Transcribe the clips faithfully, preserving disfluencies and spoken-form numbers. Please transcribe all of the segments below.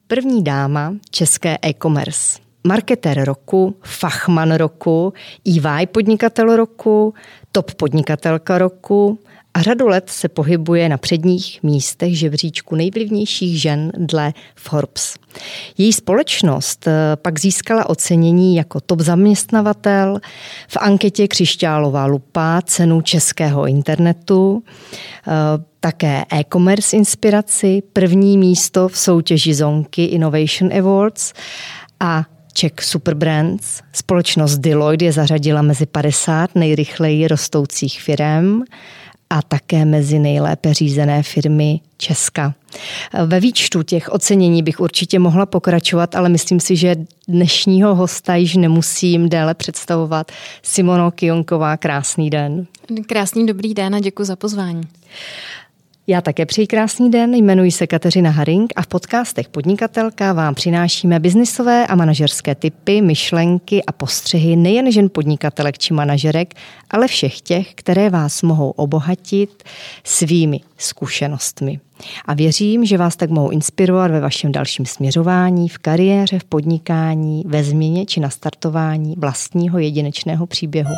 První dáma české e-commerce. Marketér roku, fachman roku, E Y podnikatel roku, top podnikatelka roku a řadu let se pohybuje na předních místech žebříčku nejvlivnějších žen dle Forbes. Její společnost pak získala ocenění jako top zaměstnavatel v anketě Křišťálová lupa cenu českého internetu, také e-commerce inspiraci, první místo v soutěži Zonky Innovation Awards a Czech Superbrands. Společnost Deloitte je zařadila mezi padesát nejrychleji rostoucích firem a také mezi nejlépe řízené firmy Česka. Ve výčtu těch ocenění bych určitě mohla pokračovat, ale myslím si, že dnešního hosta již nemusím déle představovat. Simono Kyonková, krásný den. Krásný dobrý den a děkuji za pozvání. Já také přeji krásný den, jmenuji se Kateřina Haring a v podcastech Podnikatelka vám přinášíme biznisové a manažerské tipy, myšlenky a postřehy nejen žen podnikatelek či manažerek, ale všech těch, které vás mohou obohatit svými zkušenostmi. A věřím, že vás tak mohou inspirovat ve vašem dalším směřování, v kariéře, v podnikání, ve změně či nastartování vlastního jedinečného příběhu.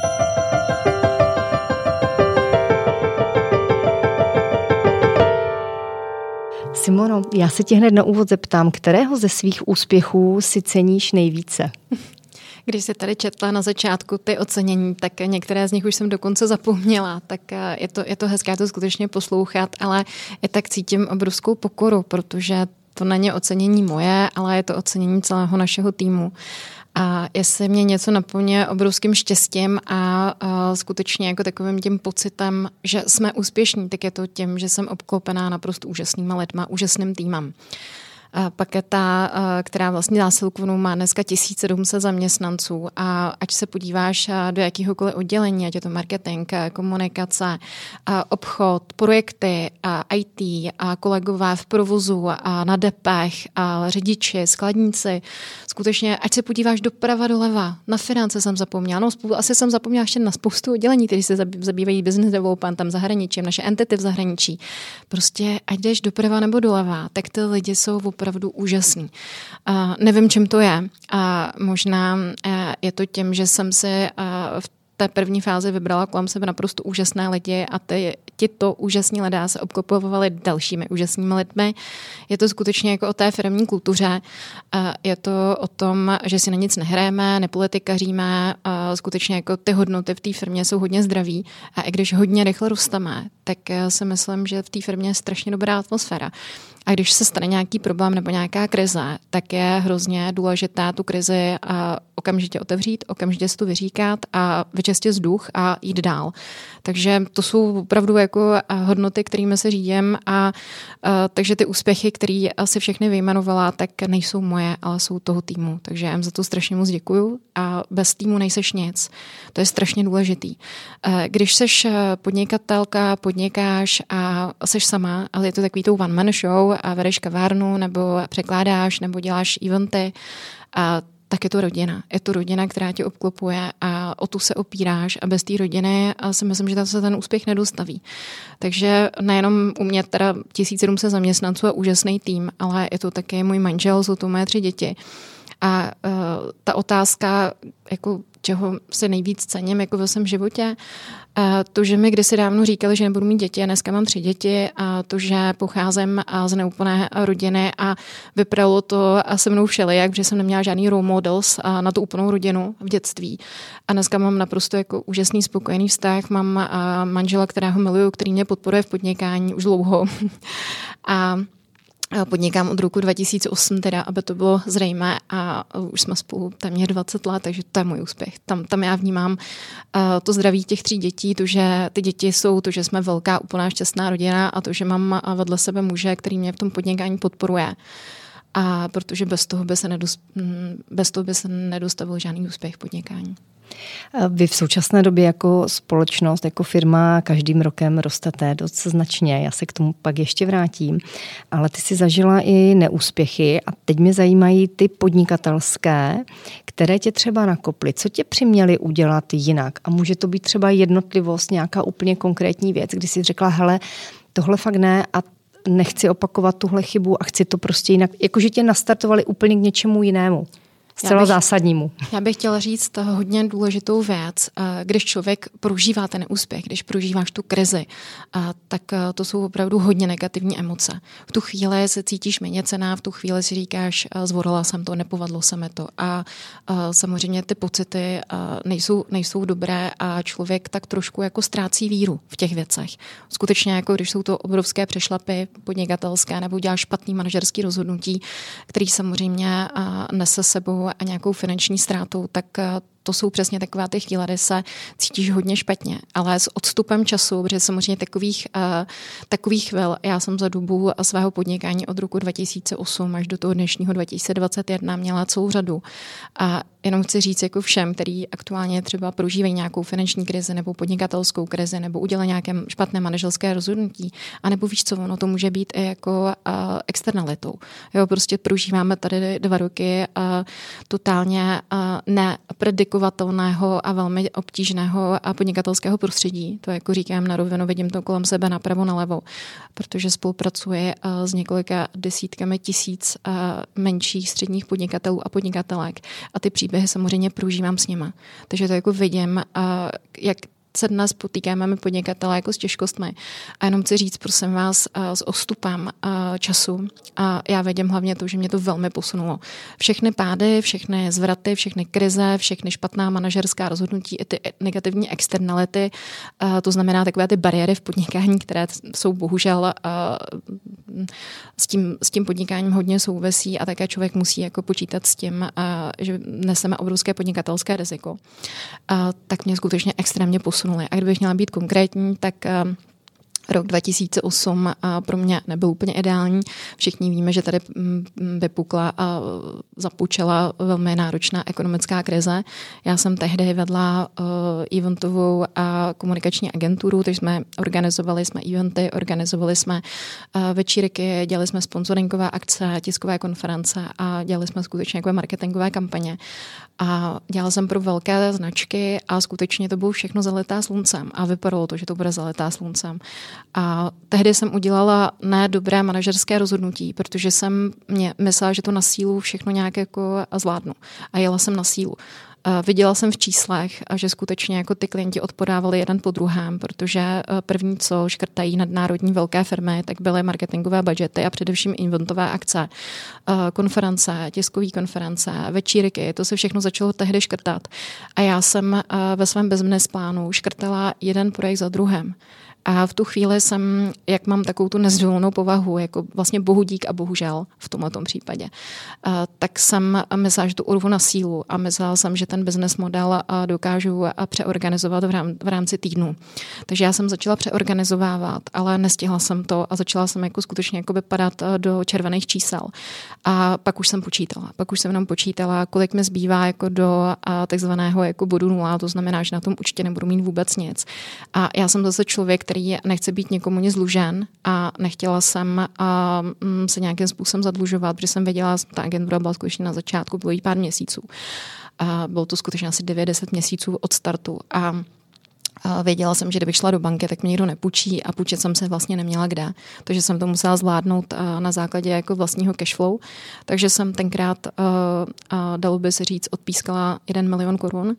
Simono, já se tě hned na úvod zeptám, kterého ze svých úspěchů si ceníš nejvíce? Když se tady četla na začátku ty ocenění, tak některé z nich už jsem dokonce zapomněla, tak je to, je to hezké to skutečně poslouchat, ale i tak cítím obrovskou pokoru, protože to není ocenění moje, ale je to ocenění celého našeho týmu. A jestli mě něco naplňuje obrovským štěstím a, a skutečně jako takovým tím pocitem, že jsme úspěšní, tak je to tím, že jsem obklopená naprosto úžasnýma lidma, úžasným týmem. A pak je ta, která vlastně zásilkovnou má dneska tisíc sedm set zaměstnanců a ať se podíváš do jakýhokoliv oddělení, ať je to marketing, komunikace, obchod, projekty, í té, a kolegové v provozu a na depech, a řidiči, skladníci, skutečně, ať se podíváš doprava doleva, na finance jsem zapomněla, no asi jsem zapomněla ještě na spoustu oddělení, kteří se zabývají business developmentem, zahraničím, naše entity v zahraničí. Prostě ať jdeš doprava nebo doleva, tak ty lidi jsou opravdu úžasný. Uh, nevím, čím to je. A uh, možná uh, je to tím, že jsem si uh, v té první fázi vybrala kolem sebe naprosto úžasné lidi a ty, tito úžasní lidé se obklopovali dalšími úžasnými lidmi. Je to skutečně jako o té firemní kultuře. Je to o tom, že si na nic nehrajeme, nepolitikaříme, skutečně jako ty hodnoty v té firmě jsou hodně zdraví a i když hodně rychle rosteme, tak si myslím, že v té firmě je strašně dobrá atmosféra. A když se stane nějaký problém nebo nějaká krize, tak je hrozně důležité tu krizi okamžitě otevřít, okamžitě si to vyříkat a vyčistit vzduch a jít dál. Takže to jsou opravdu jako hodnoty, kterými se řídím a, a takže ty úspěchy, které asi všechny vyjmenovala, tak nejsou moje, ale jsou toho týmu. Takže já jim za to strašně moc děkuju a bez týmu nejseš nic. To je strašně důležitý. Když seš podnikatelka, podnikáš a seš sama, ale je to takový tou one man show a vedeš kavárnu nebo překládáš nebo děláš eventy a tak je to rodina. Je to rodina, která tě obklopuje a o tu se opíráš a bez té rodiny si myslím, že tam se ten úspěch nedostaví. Takže nejenom u mě teda tisíc sedm set zaměstnanců a úžasný tým, ale je to také můj manžel, jsou to moje tři děti. A uh, ta otázka, jako čeho se nejvíc cením jako ve svém životě, uh, to, že mi kdysi dávno říkali, že nebudu mít děti a dneska mám tři děti a to, že pocházím z neúplné rodiny a vypadalo to se mnou všelijak, protože jsem neměla žádný role models na tu úplnou rodinu v dětství. A dneska mám naprosto jako úžasný, spokojený vztah, mám uh, manžela, kterého miluju, který mě podporuje v podnikání už dlouho. a Podnikám od roku dva tisíce osm, teda, aby to bylo zřejmé a už jsme spolu téměř dvacet let, takže to je můj úspěch. Tam, tam já vnímám uh, to zdraví těch tří dětí, to, že ty děti jsou, to, že jsme velká, úplná šťastná rodina a to, že mám vedle sebe muže, který mě v tom podnikání podporuje. A protože bez toho by se, nedos, bez toho by se nedostavil žádný úspěch v podnikání. Vy v současné době jako společnost, jako firma každým rokem rostete dost značně. Já se k tomu pak ještě vrátím. Ale ty si zažila i neúspěchy a teď mě zajímají ty podnikatelské, které tě třeba nakoply. Co tě přiměly udělat jinak? A může to být třeba jednotlivost, nějaká úplně konkrétní věc, kdy jsi řekla, hele, tohle fakt ne a nechci opakovat tuhle chybu a chci to prostě jinak, jakože tě nastartovali úplně k něčemu jinému. Zcela zásadnímu. Já bych chtěla říct hodně důležitou věc. Když člověk prožívá ten úspěch, když prožíváš tu krizi, tak to jsou opravdu hodně negativní emoce. V tu chvíli se cítíš méně cenná, v tu chvíli si říkáš, zvolila jsem to, nepovadlo se mi to. A samozřejmě ty pocity nejsou, nejsou dobré a člověk tak trošku jako ztrácí víru v těch věcech. Skutečně, jako když jsou to obrovské přešlapy podnikatelské nebo děláš špatný manažerský rozhodnutí, který samozřejmě nese sebou a nějakou finanční ztrátou, tak to jsou přesně taková ty chvíle, kdy se cítíš hodně špatně. Ale s odstupem času, protože samozřejmě takových, uh, takových chvil, já jsem za dobu svého podnikání od roku dva tisíce osm až do toho dnešního dva tisíce dvacet jedna měla celou řadu. A jenom chci říct jako všem, který aktuálně třeba prožívají nějakou finanční krizi nebo podnikatelskou krizi nebo udělají nějaké špatné manažerské rozhodnutí, anebo víš co, ono to může být i jako uh, externalitou. Jo, prostě prožíváme tady dva roky uh, totálně uh, nepredikovatelného a velmi obtížného a podnikatelského prostředí. To jako říkám na rovinu, vidím to kolem sebe napravo, nalevo, protože spolupracuji uh, s několika desítkami tisíc uh, menších středních podnikatelů a podnikatelek a ty příběhy samozřejmě prožívám s nima. Takže to jako vidím, uh, jak se dnes potýkáme my podnikatelé jako s těžkostmi. A jenom chci říct, prosím vás, s odstupem času. A já vidím hlavně to, že mě to velmi posunulo. Všechny pády, všechny zvraty, všechny krize, všechny špatná manažerská rozhodnutí, i ty negativní externality, to znamená takové ty bariéry v podnikání, které jsou bohužel s tím, s tím podnikáním hodně souvisí a také člověk musí jako počítat s tím, že neseme obrovské podnikatelské riziko. Tak mě skutečně extrémně posunulo. A kdybych měla být konkrétní, tak rok dva tisíce osm pro mě nebyl úplně ideální. Všichni víme, že tady vypukla a započala velmi náročná ekonomická krize. Já jsem tehdy vedla eventovou a komunikační agenturu, takže jsme organizovali jsme eventy, organizovali jsme večírky, dělali jsme sponsoringové akce, tiskové konference a dělali jsme skutečně jako marketingové kampaně. A dělala jsem pro velké značky a skutečně to bylo všechno zalitá sluncem a vypadalo to, že to bude zalitá sluncem. A tehdy jsem udělala ne dobré manažerské rozhodnutí, protože jsem mě myslela, že to na sílu všechno nějak jako zvládnu. A jela jsem na sílu. Viděla jsem v číslech, že skutečně jako ty klienti odpodávali jeden po druhém, protože první, co škrtají nadnárodní velké firmy, tak byly marketingové budžety a především eventové akce, konference, tiskové konference, večírky, to se všechno začalo tehdy škrtat. A já jsem ve svém business plánu škrtala jeden projekt za druhým. A v tu chvíli jsem, jak mám takovou tu nezdolnou povahu, jako vlastně bohudík a bohužel v tomto případě, tak jsem myslela, že to urvu na sílu a myslela jsem, že ten business model dokážu přeorganizovat v rámci týdnu. Takže já jsem začala přeorganizovávat, ale nestihla jsem to a začala jsem jako skutečně jako vypadat do červených čísel. A pak už jsem počítala. Pak už jsem jenom počítala, kolik mi zbývá jako do takzvaného jako bodu nula, to znamená, že na tom účtě nebudu mít vůbec nic. A já jsem zase člověk, který nechce být někomu nic dlužen a nechtěla jsem a, m, se nějakým způsobem zadlužovat, protože jsem věděla, že ta agentura byla skutečně na začátku, bylo jí pár měsíců. A bylo to skutečně asi devět deset měsíců od startu a A věděla jsem, že kdybych šla do banky, tak mě nikdo nepůjčí a půjčit jsem se vlastně neměla kde. Takže jsem to musela zvládnout na základě jako vlastního cashflow. Takže jsem tenkrát, dalo by se říct, odpískala jeden milion korun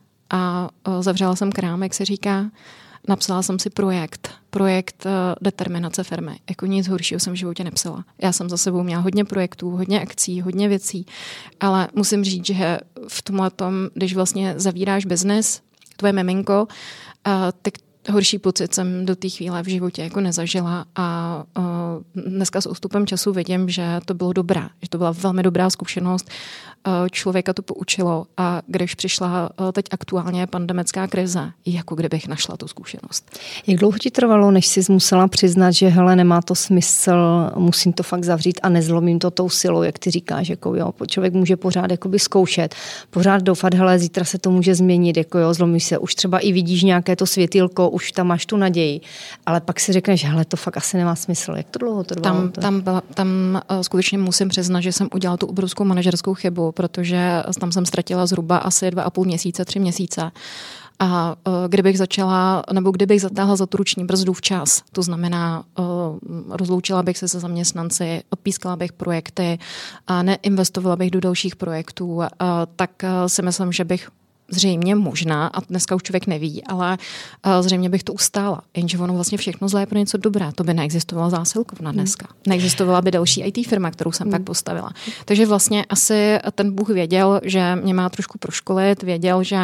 a zavřela jsem krám, jak se říká. Napsala jsem si projekt, projekt uh, determinace firmy. Jako nic horšího jsem v životě nepsala. Já jsem za sebou měla hodně projektů, hodně akcí, hodně věcí, ale musím říct, že v tomhletom, když vlastně zavíráš biznes, tvoje miminko, uh, tak horší pocit jsem do té chvíle v životě jako nezažila a uh, dneska s odstupem času vidím, že to bylo dobrá, že to byla velmi dobrá zkušenost. Uh, člověka to poučilo a když přišla uh, teď aktuálně pandemická krize, jako kdybych našla tu zkušenost. Jak dlouho ti trvalo, než jsi musela přiznat, že hele, nemá to smysl, musím to fakt zavřít a nezlomím to tou silou, jak ty říkáš, jako jo, člověk může pořád jakoby zkoušet, pořád doufat, hele, zítra se to může změnit, jako jo, zlomíš se, už třeba i vidíš nějaké to světýlko, už tam máš tu naději, ale pak si řekneš, hele, to fakt asi nemá smysl. Jak to dlouho trvalo? Tam, tam, byla, tam uh, skutečně musím přiznat, že jsem udělala tu obrovskou manažerskou chybu, protože tam jsem ztratila zhruba asi dva a půl měsíce, tři měsíce. A kdybych začala, nebo kdybych zatáhla za tu ruční brzdu včas, to znamená, rozloučila bych se se zaměstnanci, odpískala bych projekty a neinvestovala bych do dalších projektů, tak si myslím, že bych zřejmě možná, a dneska už člověk neví, ale zřejmě bych to ustála. Jenže ono vlastně všechno zlé je pro něco dobré. To by neexistovala zásilkovna dneska. Hmm. Neexistovala by další í té firma, kterou jsem hmm. pak postavila. Takže vlastně asi ten Bůh věděl, že mě má trošku proškolit, věděl, že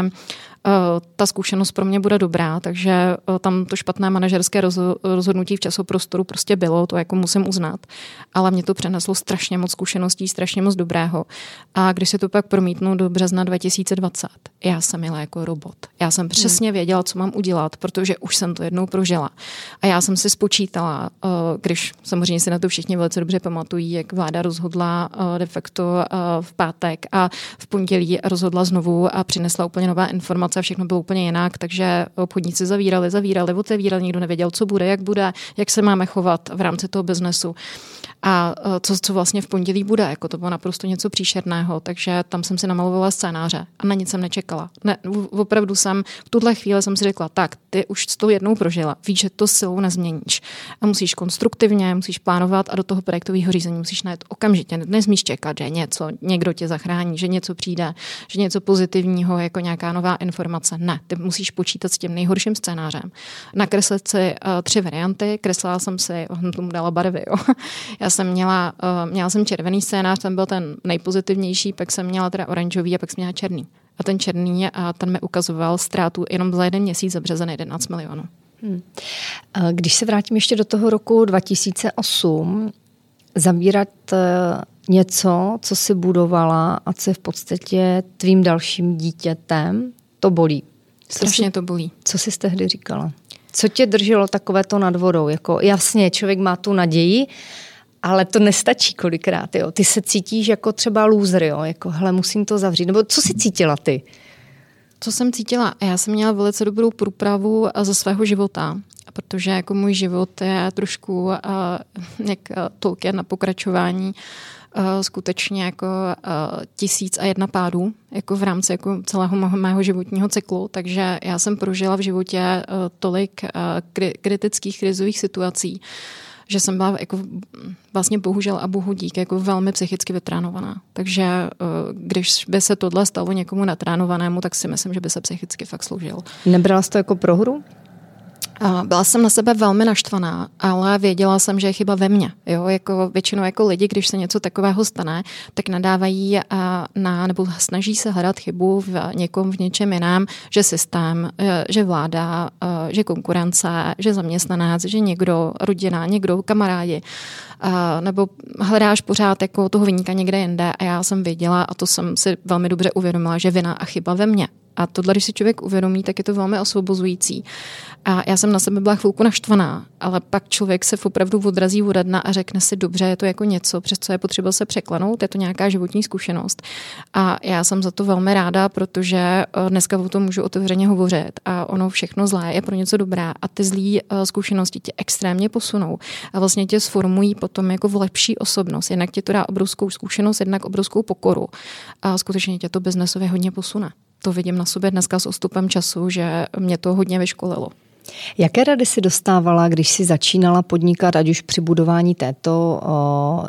ta zkušenost pro mě bude dobrá, takže tam to špatné manažerské rozhodnutí v časoprostoru prostě bylo, to jako musím uznat, ale mě to přeneslo strašně moc zkušeností, strašně moc dobrého. A když si to pak promítnu do března dva tisíce dvacet, já jsem jela jako robot. Já jsem přesně věděla, co mám udělat, protože už jsem to jednou prožila. A já jsem si spočítala, když samozřejmě si na to všichni velice dobře pamatují, jak vláda rozhodla de facto v pátek a v pondělí rozhodla znovu a přinesla úplně nové informace a všechno bylo úplně jinak, takže obchodníci zavírali, zavírali, otevírali, nikdo nevěděl, co bude, jak bude, jak se máme chovat v rámci toho biznesu. A co, co vlastně v pondělí bude, jako to bylo naprosto něco příšerného, takže tam jsem si namalovala scénáře a na nic jsem nečekala. Ne, opravdu jsem, v tuhle chvíli jsem si řekla, tak, ty už to jednou prožila, víš, že to silou nezměníš a musíš konstruktivně, musíš plánovat a do toho projektového řízení musíš najít okamžitě, nesmíš čekat, že něco, někdo tě zachrání, že něco přijde, že něco pozitivního, jako nějaká nová informace. Ne, ty musíš počítat s tím nejhorším scénářem. Nakreslit si uh, tři varianty, kreslila jsem si, jsem tomu dala barvy, jo. Já jsem měla, uh, měla jsem červený scénář, ten byl ten nejpozitivnější, pak jsem měla teda oranžový a pak jsem měla černý. A ten černý, a ten mi ukazoval ztrátu jenom za jeden měsíc za březen jedenáct milionů. Hmm. Když se vrátím ještě do toho roku dva tisíce osm, zabírat něco, co si budovala a co je v podstatě tvým dalším dítětem, to bolí. Strašně to bolí. Co jsi tehdy říkala? Co tě drželo takovéto nad vodou? Jako, jasně, člověk má tu naději, ale to nestačí kolikrát. Jo. Ty se cítíš jako třeba loser, jo? Jako, hele, musím to zavřít. Nebo co jsi cítila ty? Co jsem cítila? Já jsem měla velice dobrou průpravu ze svého života, protože jako můj život je trošku uh, jak uh, Tolkien na pokračování, uh, skutečně jako uh, tisíc a jedna pádů, jako v rámci jako celého mého, mého životního cyklu, takže já jsem prožila v životě uh, tolik uh, kri- kritických krizových situací, že jsem byla jako vlastně bohužel a bohu dík jako velmi psychicky vytránovaná. Takže když by se tohle stalo někomu natránovanému, tak si myslím, že by se psychicky fakt sloužil. Nebrala jsi to jako prohru? Byla jsem na sebe velmi naštvaná, ale věděla jsem, že je chyba ve mně. Jo? Jako většinou jako lidi, když se něco takového stane, tak nadávají na, nebo snaží se hledat chybu v někom, v něčem jiném, že systém, že vláda, že konkurence, že zaměstnanec, že někdo, rodina, někdo, kamarádi. Nebo hledáš pořád jako toho viníka někde jinde a já jsem věděla a to jsem si velmi dobře uvědomila, že vina a chyba ve mně. A tohle, když si člověk uvědomí, tak je to velmi osvobozující. A já jsem na sebe byla chvilku naštvaná, ale pak člověk se opravdu odrazí ode dna a řekne si, dobře, je to jako něco, přes co je potřeba se překlenout, je to nějaká životní zkušenost. A já jsem za to velmi ráda, protože dneska o tom můžu otevřeně hovořit a ono všechno zlé je pro něco dobré a ty zlý zkušenosti tě extrémně posunou a vlastně tě sformují potom jako v lepší osobnost. Jednak ti to dá obrovskou zkušenost, jednak obrovskou pokoru a skutečně tě to biznesově hodně posune. To vidím na sobě dneska s odstupem času, že mě to hodně vyškolilo. Jaké rady si dostávala, když si začínala podnikat, ať už při budování této o,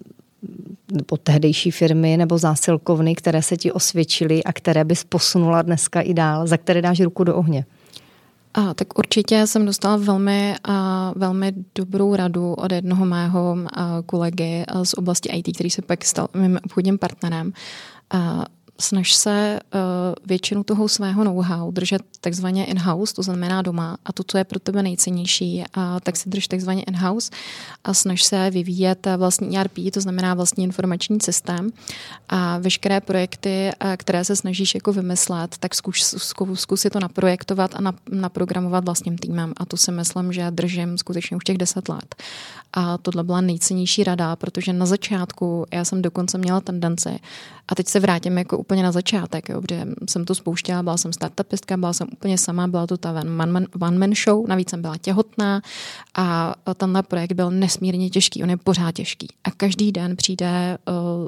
nebo tehdejší firmy nebo zásilkovny, které se ti osvědčily a které bys posunula dneska i dál, za které dáš ruku do ohně? A, tak určitě jsem dostala velmi, a, velmi dobrou radu od jednoho mého a, kolegy a, z oblasti í té, který se pak stal mým obchodním partnerem. A, snaž se uh, většinu toho svého know-how držet takzvaně in-house, to znamená doma, a to, co je pro tebe nejcennější, a tak si drž takzvaně in-house a snaž se vyvíjet vlastní E R P, to znamená vlastní informační systém a veškeré projekty, které se snažíš jako vymyslet, tak zkus, zkus, zkus si to naprojektovat a naprogramovat vlastním týmem a to si myslím, že držím skutečně už těch deset let. A tohle byla nejcennější rada, protože na začátku já jsem dokonce měla tendenci, a teď se vrátím jako úplně na začátek, jo, protože jsem to spouštěla, byla jsem startupistka, byla jsem úplně sama, byla to ta one-man, one-man show, navíc jsem byla těhotná a tenhle projekt byl nesmírně těžký, on je pořád těžký. A každý den přijde uh,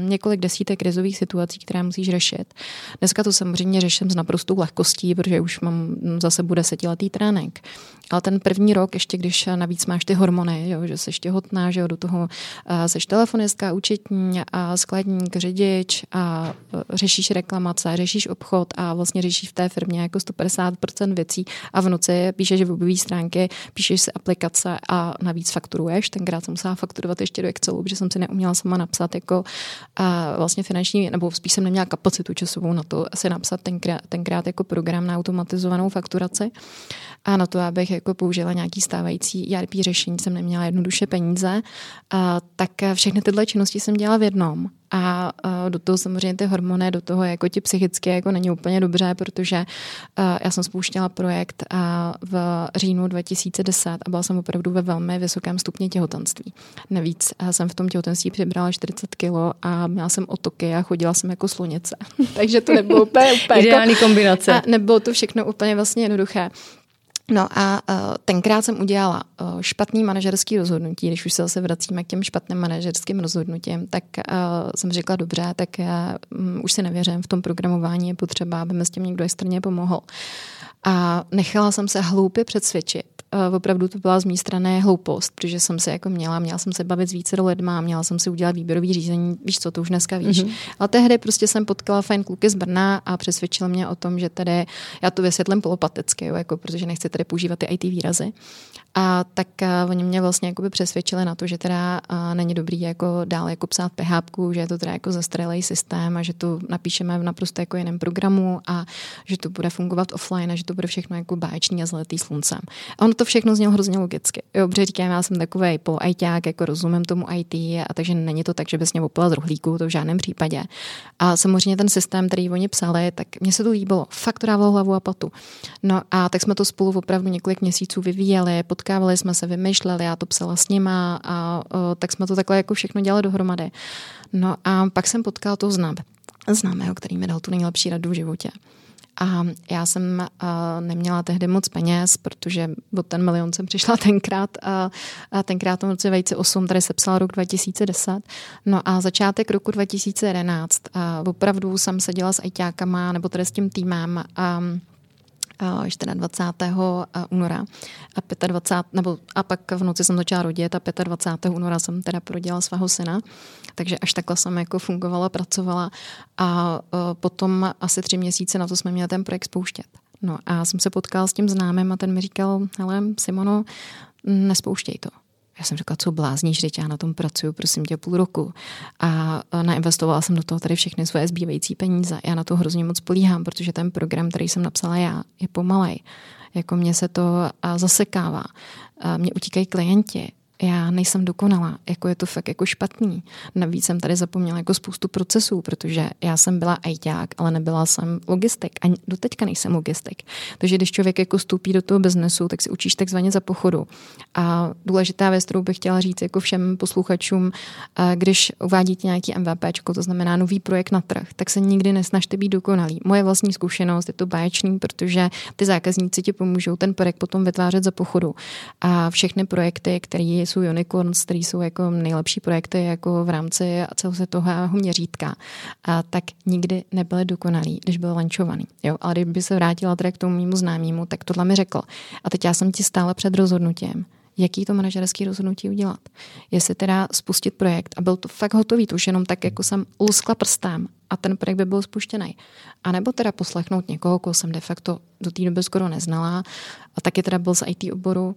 několik desítek krizových situací, které musíš řešit. Dneska to samozřejmě řeším s naprostou lehkostí, protože už mám zase bude desetiletý trénink. Ale ten první rok, ještě když navíc máš ty hormony, jo, že jsi těhotná, že jo, do toho uh, seš telefonistka, účetní, a skladník, řidič a uh, řešíš reklamace, řešíš obchod a vlastně řešíš v té firmě jako sto padesát procent věcí a v noci píšeš webové stránky, píšeš si aplikace a navíc fakturuješ. Tenkrát jsem musela fakturovat ještě do Excelu, protože jsem si neuměla sama napsat jako uh, vlastně finanční, nebo spíš jsem neměla kapacitu časovou na to si napsat tenkrát, tenkrát jako program na automatizovanou fakturaci a na to, abych jako použila nějaký stávající E R P řešení, jsem neměla jednoduše peníze, a tak všechny tyhle činnosti jsem dělala v jednom. A do toho samozřejmě ty hormony, do toho jako ti psychicky jako není úplně dobře, protože já jsem spouštěla projekt v říjnu dva tisíce deset a byla jsem opravdu ve velmi vysokém stupni těhotenství. Navíc jsem v tom těhotenství přibrala čtyřicet kilo a měla jsem otoky a chodila jsem jako slunice. Takže to nebylo úplně, úplně ideální jako, kombinace. A nebylo to všechno úplně vlastně jednoduché. No a uh, tenkrát jsem udělala uh, špatný manažerský rozhodnutí, když už se zase vracíme k těm špatným manažerským rozhodnutím, tak uh, jsem řekla dobře, tak já um, už si nevěřím, v tom programování je potřeba, aby mi s tím někdo externě pomohl. A nechala jsem se hloupě přesvědčit. Uh, opravdu to byla z mé strany hloupost, protože jsem se jako měla, měla jsem se bavit s více lidma, měla jsem si udělat výběrový řízení, víš co, to už dneska víš. Mm-hmm. Ale tehdy prostě jsem potkala fajn kluky z Brna a přesvědčil mě o tom, že tady, já to vysvětlím polopaticky, jo, jako, protože nechci tady používat ty í té výrazy. A tak uh, oni mě vlastně jakoby přesvědčili na to, že teda uh, není dobrý jako dál jako psát PHPku, že je to teda jako zastaralý systém a že to napíšeme v naprosto jako jiném programu a že to bude fungovat offline a že to bude všechno jako báječný a zletý sluncem. A ono to všechno znělo hrozně logicky. Jo, protože říkám, já jsem takovej poloajťák, jako rozumím tomu í té, a takže není to tak, že bys mě opila z rohlíku, to v žádném případě. A samozřejmě ten systém, který oni psali, tak mně se to líbilo. Fakt to dávalo hlavu a patu. No a tak jsme to spolu opravdu několik měsíců vyvíjeli, potkávali jsme se, vymýšleli, já to psala s nima a o, tak jsme to takhle jako všechno dělali dohromady. No a pak jsem potkala toho znám, známého, který mi dal tu nejlepší radu v životě. A já jsem uh, neměla tehdy moc peněz, protože od ten milion jsem přišla tenkrát a, a tenkrát v roce dva tisíce osm, tady se psal rok dva tisíce deset. No a začátek roku dva tisíce jedenáct a opravdu jsem seděla s ajťákama nebo tady s tím týmem a dvacátého čtvrtého února a dvacátého pátého nebo a pak v noci jsem začala rodit a dvacátého pátého února jsem teda porodila svého syna, takže až takhle jsem jako fungovala, pracovala a potom asi tři měsíce na to jsme měli ten projekt spouštět. No a jsem se potkala s tím známým a ten mi říkal, hele Simono, nespouštěj to. Já jsem řekla, co blázníš, že já na tom pracuju, prosím tě, půl roku. A nainvestovala jsem do toho tady všechny svoje zbývající peníze. Já na to hrozně moc políhám, protože ten program, který jsem napsala já, je pomalej. Jako mě se to zasekává. Mě utíkají klienti. Já nejsem dokonalá, jako je to fakt jako špatný. Navíc jsem tady zapomněla jako spoustu procesů, protože já jsem byla ajťák, ale nebyla jsem logistik. Ani doteďka nejsem logistik. Takže když člověk jako vstoupí do toho biznesu, tak si učíš takzvaně za pochodu. A důležitá věc, kterou bych chtěla říct jako všem posluchačům, když uvádíte nějaký MVPčko, to znamená nový projekt na trh, tak se nikdy nesnažte být dokonalý. Moje vlastní zkušenost je to báječný, protože ty zákazníci ti pomůžou ten projekt potom vytvářet za pochodu. A všechny projekty, které jsou unicorns, které jsou jako nejlepší projekty jako v rámci celosvětového měřítka, a tak nikdy nebyly dokonalý, když byl lančovaný. Jo? Ale kdyby se vrátila teda k tomu mému známému, tak tohle mi řekl. A teď já jsem ti stále před rozhodnutím, jaký to manažerský rozhodnutí udělat. Jestli teda spustit projekt a byl to fakt hotový, to už jenom tak, jako jsem luskla prstem a ten projekt by byl spuštěný. A nebo teda poslechnout někoho, koho jsem de facto do té doby skoro neznala a taky teda byl z í té oboru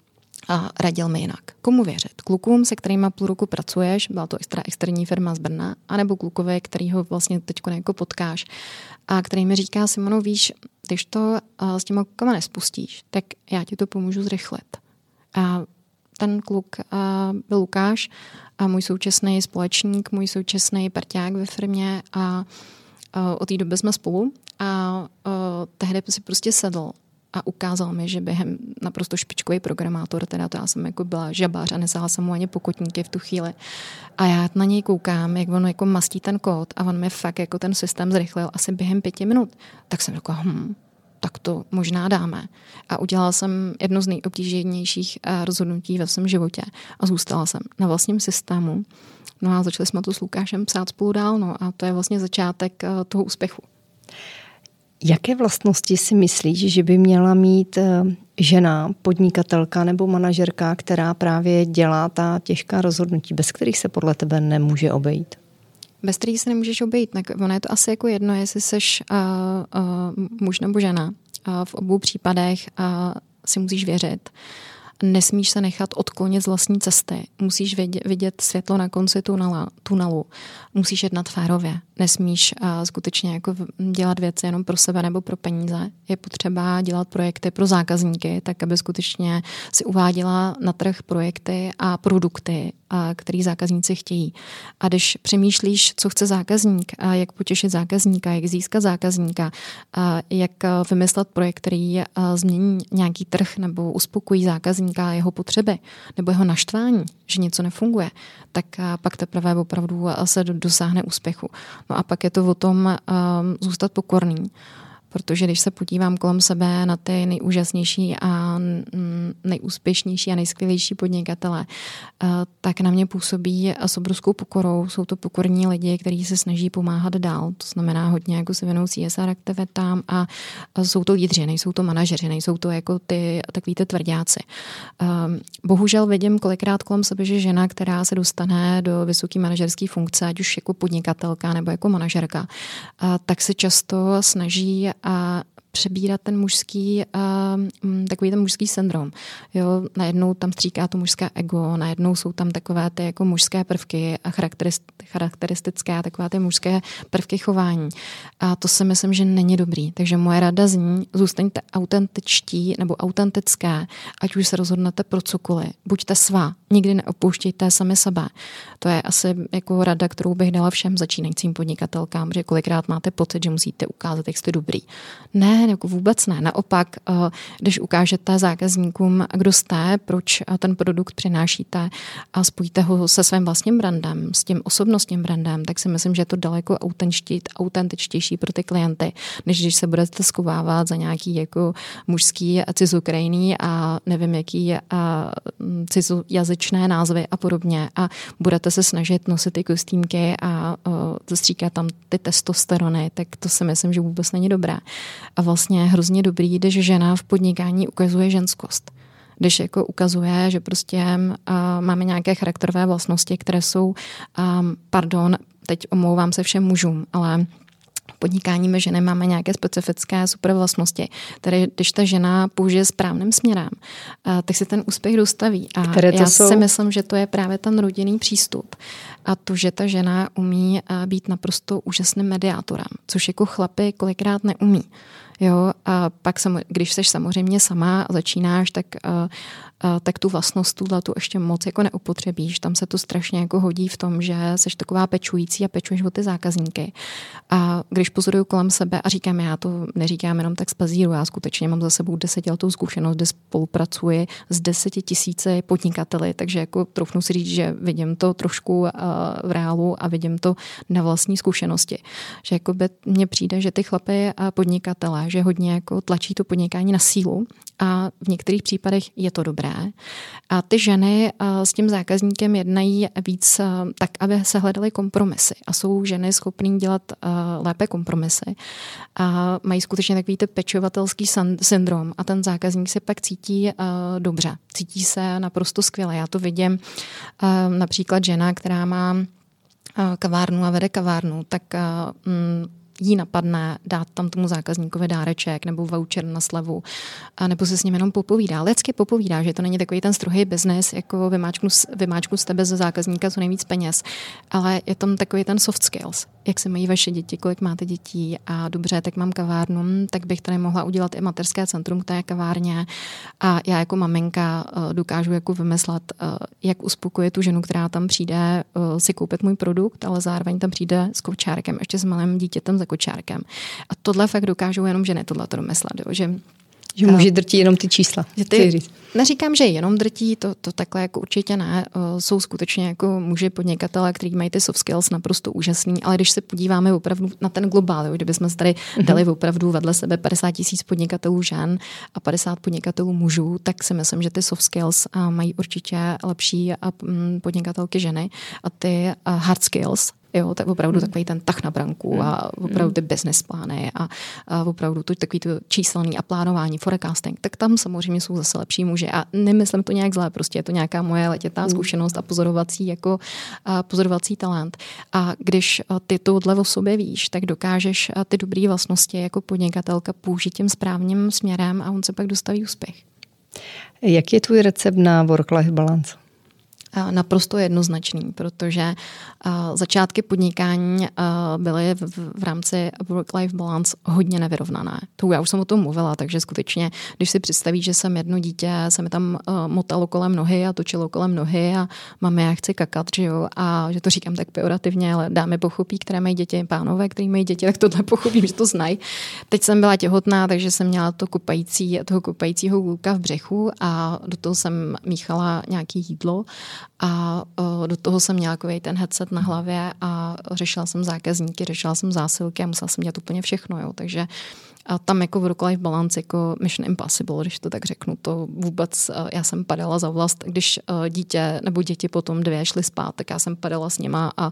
a radil mi jinak. Komu věřit? Klukům, se kterýma půl roku pracuješ, byla to extra externí firma z Brna, anebo klukovi, kterýho vlastně teďko jako potkáš a který mi říká, Simono, víš, když to uh, s těma klukama nespustíš, tak já ti to pomůžu zrychlit. A ten kluk uh, byl Lukáš a můj současný společník, můj současný parťák ve firmě a uh, od té doby jsme spolu a uh, tehdy si prostě sedl a ukázal mi, že během naprosto špičkový programátor, teda to já jsem jako byla žabář a nesáhla jsem mu ani pokotníky v tu chvíli. A já na něj koukám, jak on jako mastí ten kód a on mi fakt jako ten systém zrychlil asi během pěti minut. Tak jsem řekla, hm, tak to možná dáme. A udělala jsem jedno z nejobtížnějších rozhodnutí ve svém životě a zůstala jsem na vlastním systému. No a začali jsme to s Lukášem psát spolu dál, no a to je vlastně začátek toho úspěchu. Jaké vlastnosti si myslíš, že by měla mít žena, podnikatelka nebo manažerka, která právě dělá ta těžká rozhodnutí, bez kterých se podle tebe nemůže obejít? Bez kterých se nemůžeš obejít. Ono je to asi jako jedno, jestli seš uh, uh, muž nebo žena. Uh, v obou případech uh, si musíš věřit. Nesmíš se nechat odklonit z vlastní cesty. Musíš vidět, vidět světlo na konci tunela, tunelu. Musíš jednat férově. Nesmíš uh, skutečně jako dělat věci jenom pro sebe nebo pro peníze. Je potřeba dělat projekty pro zákazníky, tak aby skutečně si uváděla na trh projekty a produkty, a který zákazníci chtějí. A když přemýšlíš, co chce zákazník, a jak potěšit zákazníka, jak získat zákazníka, a jak vymyslet projekt, který změní nějaký trh nebo uspokojí zákazníka jeho potřeby nebo jeho naštvání, že něco nefunguje, tak pak teprve opravdu se dosáhne úspěchu. No a pak je to o tom um, zůstat pokorný. Protože když se podívám kolem sebe na ty nejúžasnější a nejúspěšnější a nejskvělejší podnikatele, tak na mě působí s obrovskou pokorou. Jsou to pokorní lidi, kteří se snaží pomáhat dál. To znamená hodně jako se věnou C S R aktivitám a jsou to lídři, nejsou to manažeři, nejsou to jako ty takový ty tvrďáci. Bohužel vidím kolikrát kolem sebe, že žena, která se dostane do vysoké manažerské funkce, ať už jako podnikatelka nebo jako manažerka, tak se často snaží a přebírat ten mužský, uh, takový ten mužský syndrom. Jo, najednou tam stříká to mužské ego, najednou jsou tam takové ty jako mužské prvky a charakteristické takové ty mužské prvky chování. A to si myslím, že není dobrý. Takže moje rada zní, zůstaňte autentičtí nebo autentické, ať už se rozhodnete pro cokoliv. Buďte svá, nikdy neopouštějte sami sebe. To je asi jako rada, kterou bych dala všem začínajícím podnikatelkám, že kolikrát máte pocit, že musíte ukázat, jak jste dobrý. Ne, jako vůbec ne. Naopak, když ukážete zákazníkům, kdo jste, proč ten produkt přinášíte a spojíte ho se svým vlastním brandem, s tím osobnostním brandem, tak si myslím, že je to daleko autentičtější pro ty klienty, než když se budete schovávat za nějaký jako mužský cizokrajný a nevím jaký a cizojazyčné názvy a podobně a budete se snažit nosit ty kostýmky a stříkat tam ty testosterony, tak to si myslím, že vůbec není dobré. A vlastně je hrozně dobrý, když žena v podnikání ukazuje ženskost. Když jako ukazuje, že prostě uh, máme nějaké charakterové vlastnosti, které jsou, um, pardon, teď omlouvám se všem mužům, ale v podnikání my ženy máme nějaké specifické super vlastnosti, které když ta žena použije správným směrem, uh, tak si ten úspěch dostaví. A které to já jsou? si myslím, že to je právě ten rodinný přístup. A to, že ta žena umí uh, být naprosto úžasným mediátorem, což jako chlapi kolikrát neumí. Jo, a pak, když jsi samozřejmě sama a začínáš, tak, uh, uh, tak tu vlastnost, tu ještě moc jako neupotřebíš. Tam se to strašně jako hodí v tom, že jsi taková pečující a pečuješ o ty zákazníky. A když pozoruju kolem sebe a říkám, já to neříkám jenom tak z pazíru, já skutečně mám za sebou desetiletou zkušenost, kde spolupracuji s deseti tisíci podnikateli, takže jako troufnu si říct, že vidím to trošku uh, v reálu a vidím to na vlastní zkušenosti. Že jako by mně přijde, že ty chlapy a podnikatelé, že hodně jako tlačí to podnikání na sílu a v některých případech je to dobré. A ty ženy s tím zákazníkem jednají víc tak, aby se hledaly kompromisy a jsou ženy schopné dělat lépe kompromisy a mají skutečně takový ten pečovatelský syndrom a ten zákazník se pak cítí dobře, cítí se naprosto skvěle. Já to vidím například žena, která má kavárnu a vede kavárnu, tak mm, jí napadne dát tam tomu zákazníkovi dáreček nebo voucher na slevu, a nebo se s ním jenom popovídá. Lidsky popovídá, že to není takový ten strohý biznes, jako vymáčknu, vymáčknu z tebe ze zákazníka co nejvíc peněz, ale je tam takový ten soft skills. Jak se mají vaše děti, kolik máte dětí a dobře, tak mám kavárnu, tak bych tady mohla udělat i mateřské centrum k té kavárně a já jako maminka dokážu jako vymyslet, jak uspokojit tu ženu, která tam přijde si koupit můj produkt, ale zároveň tam přijde s kočárkem, ještě s malým dítětem za kočárkem. A tohle fakt dokážou jenom ženy tohle to domyslet, jo? Že Že muži drtí jenom ty čísla. Ty, neříkám, že jenom drtí, to, to takhle jako určitě ne. Jsou skutečně jako muži podnikatelé, kteří mají ty soft skills naprosto úžasný, ale když se podíváme opravdu na ten globál, jo, kdybychom se tady dali opravdu vedle sebe padesát tisíc podnikatelů žen a padesát podnikatelů mužů, tak si myslím, že ty soft skills mají určitě lepší podnikatelky ženy a ty hard skills, jo, tak opravdu hmm. takový ten tah na branku a opravdu ty business plány a, a opravdu to, takový to číselný a plánování, forecasting, tak tam samozřejmě jsou zase lepší muži a nemyslím to nějak zlé, prostě je to nějaká moje letětá zkušenost a pozorovací jako a pozorovací talent. A když ty tohle o sobě víš, tak dokážeš ty dobré vlastnosti jako podnikatelka použít tím správným směrem a on se pak dostaví úspěch. Jaký je tvůj recept na work-life balance? Naprosto jednoznačný, protože uh, začátky podnikání uh, byly v, v rámci work-life balance hodně nevyrovnané. To já už jsem o tom mluvila, takže skutečně, když si představíš, že jsem jedno dítě, se mi tam uh, motalo kolem nohy a točilo kolem nohy a mami, já chci kakat, že jo, a že to říkám tak pejorativně, ale dámy pochopí, které mají děti, pánové, který mají děti, tak tohle pochopím, že to znají. Teď jsem byla těhotná, takže jsem měla to kopající, toho kopajícího kluka v břichu a do toho jsem míchala nějaký jídlo. A do toho jsem měla takový ten headset na hlavě a řešila jsem zákazníky, řešila jsem zásilky a musela jsem dělat úplně všechno. Jo. Takže a tam jako work-life balance jako mission impossible, když to tak řeknu, to vůbec, já jsem padala za vlast, když dítě nebo děti potom dvě šly spát, tak já jsem padala s nima a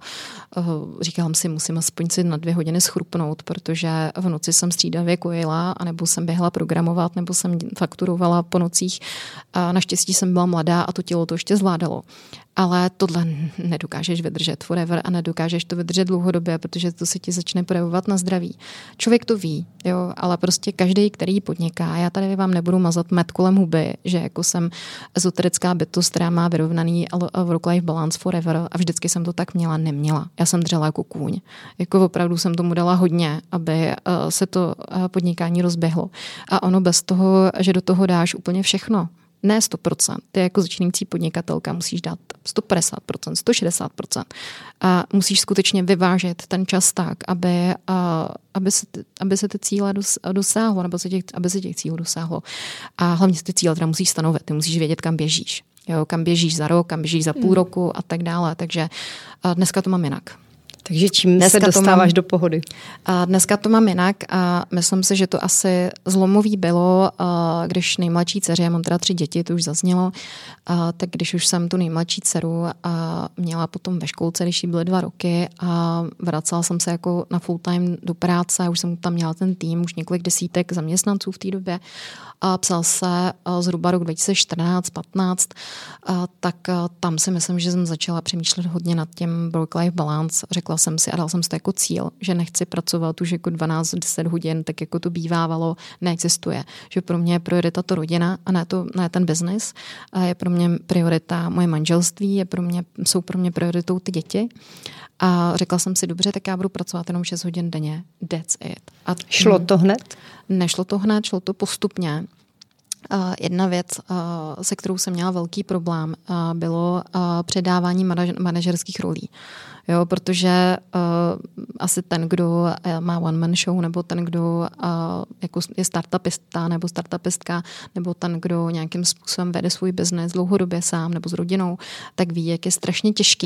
říkala si, musím aspoň si na dvě hodiny schrupnout, protože v noci jsem střídavě kojila, anebo jsem běhla programovat, nebo jsem fakturovala po nocích. A naštěstí jsem byla mladá a to tělo to ještě zvládalo. Ale tohle nedokážeš vydržet forever a nedokážeš to vydržet dlouhodobě, protože to se ti začne projevovat na zdraví. Člověk to ví, jo, ale prostě každý, který podniká, já tady vám nebudu mazat med kolem huby, že jako jsem ezoterická bytost, která má vyrovnaný work-life balance forever a vždycky jsem to tak měla, neměla. Já jsem dřela jako kůň. Jako opravdu jsem tomu dala hodně, aby se to podnikání rozběhlo. A ono bez toho, že do toho dáš úplně všechno, ne sto procent. Ty jako začínající podnikatelka musíš dát sto padesát procent, sto šedesát procent. A musíš skutečně vyvážet ten čas tak, aby, a, aby, se, aby se ty cíle dos, dosáhlo, nebo se těch, aby se těch cílů dosáhlo. A hlavně ty cíle teda musíš stanovit. Ty musíš vědět, kam běžíš. Jo, kam běžíš za rok, kam běžíš za půl roku a tak dále. Takže dneska to mám jinak. Takže čím dneska se dostáváš mám, do pohody? A dneska to mám jinak a myslím si, že to asi zlomový bylo, když nejmladší dceři, já mám teda tři děti, to už zaznělo, tak když už jsem tu nejmladší dceru a měla potom ve školce, když jí byly dva roky a vracela jsem se jako na full time do práce, už jsem tam měla ten tým, už několik desítek zaměstnanců v té době a psal se zhruba rok dva tisíce čtrnáct patnáct, tak tam si myslím, že jsem začala přemýšlet hodně nad tím work-life balance. Řekla jsem si a dal jsem si to jako cíl, že nechci pracovat už jako dvanáct deset hodin, tak jako to bývávalo, neexistuje. Že pro mě je priorita to rodina a ne, to, ne ten biznis. A je pro mě priorita moje manželství, je pro mě, jsou pro mě prioritou ty děti. A řekla jsem si, dobře, tak já budu pracovat jenom šest hodin denně. That's it. A šlo to hned? Nešlo to hned, šlo to postupně. Uh, jedna věc, uh, se kterou jsem měla velký problém, uh, bylo uh, předávání manaž- manažerských rolí. Jo, protože uh, asi ten, kdo uh, má one man show, nebo ten, kdo uh, jako je startupista nebo startupistka, nebo ten, kdo nějakým způsobem vede svůj biznes dlouhodobě sám nebo s rodinou, tak ví, jak je strašně těžký.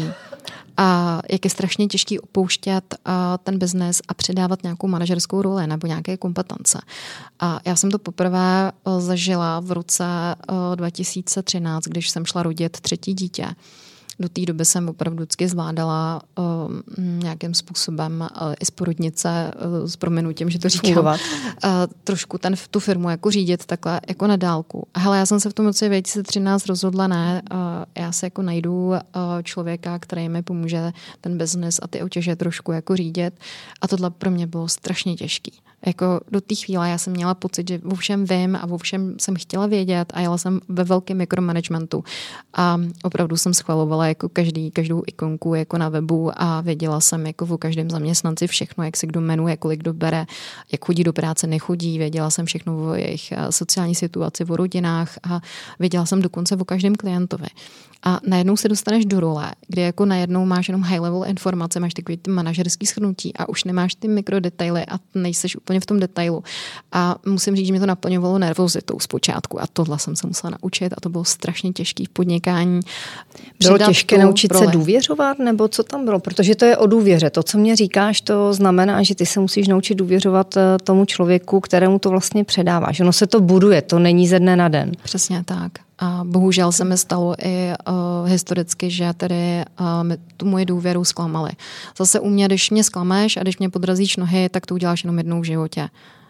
A jak je strašně těžký opouštět uh, ten biznes a předávat nějakou manažerskou roli nebo nějaké kompetence. A já jsem to poprvé uh, zažila v roce uh, dva tisíce třináct, když jsem šla rodit třetí dítě. Do té doby jsem opravdu vždycky zvládala uh, nějakým způsobem uh, i z porodnice, uh, s prominutím, že to říkám, uh, trošku ten, tu firmu jako řídit takhle jako na dálku. Hele, já jsem se v tom roce dva tisíce třináct rozhodla, ne, uh, já se jako najdu uh, člověka, který mi pomůže ten biznes a ty otěže trošku jako řídit. A tohle pro mě bylo strašně těžký. Jako do té chvíle já jsem měla pocit, že o všem vím a o všem jsem chtěla vědět a jela jsem ve velkém mikromanagementu. A opravdu jsem schvalovala jako každý, každou ikonku jako na webu a věděla jsem jako o každém zaměstnanci všechno, jak se kdo jmenuje, kolik kdo bere, jak chodí do práce, nechodí. Věděla jsem všechno o jejich sociální situaci, o rodinách a věděla jsem dokonce o každém klientovi. A najednou se dostaneš do role, kde jako najednou máš jenom high level informace, máš takový ty manažerský shrnutí a už nemáš ty mikrodetaily a nejseš úplně úplně v tom detailu. A musím říct, že mě to naplňovalo nervozitou zpočátku a tohle jsem se musela naučit a to bylo strašně těžké v podnikání. Bylo těžké naučit se důvěřovat, nebo co tam bylo? Protože to je o důvěře. To, co mě říkáš, to znamená, že ty se musíš naučit důvěřovat tomu člověku, kterému to vlastně předáváš. Ono se to buduje, to není ze dne na den. Přesně tak. A bohužel se mi stalo i uh, historicky, že tedy uh, tu moji důvěru zklamali. Zase u mě, když mě zklameš a když mě podrazíš nohy, tak to uděláš jenom jednou v životě.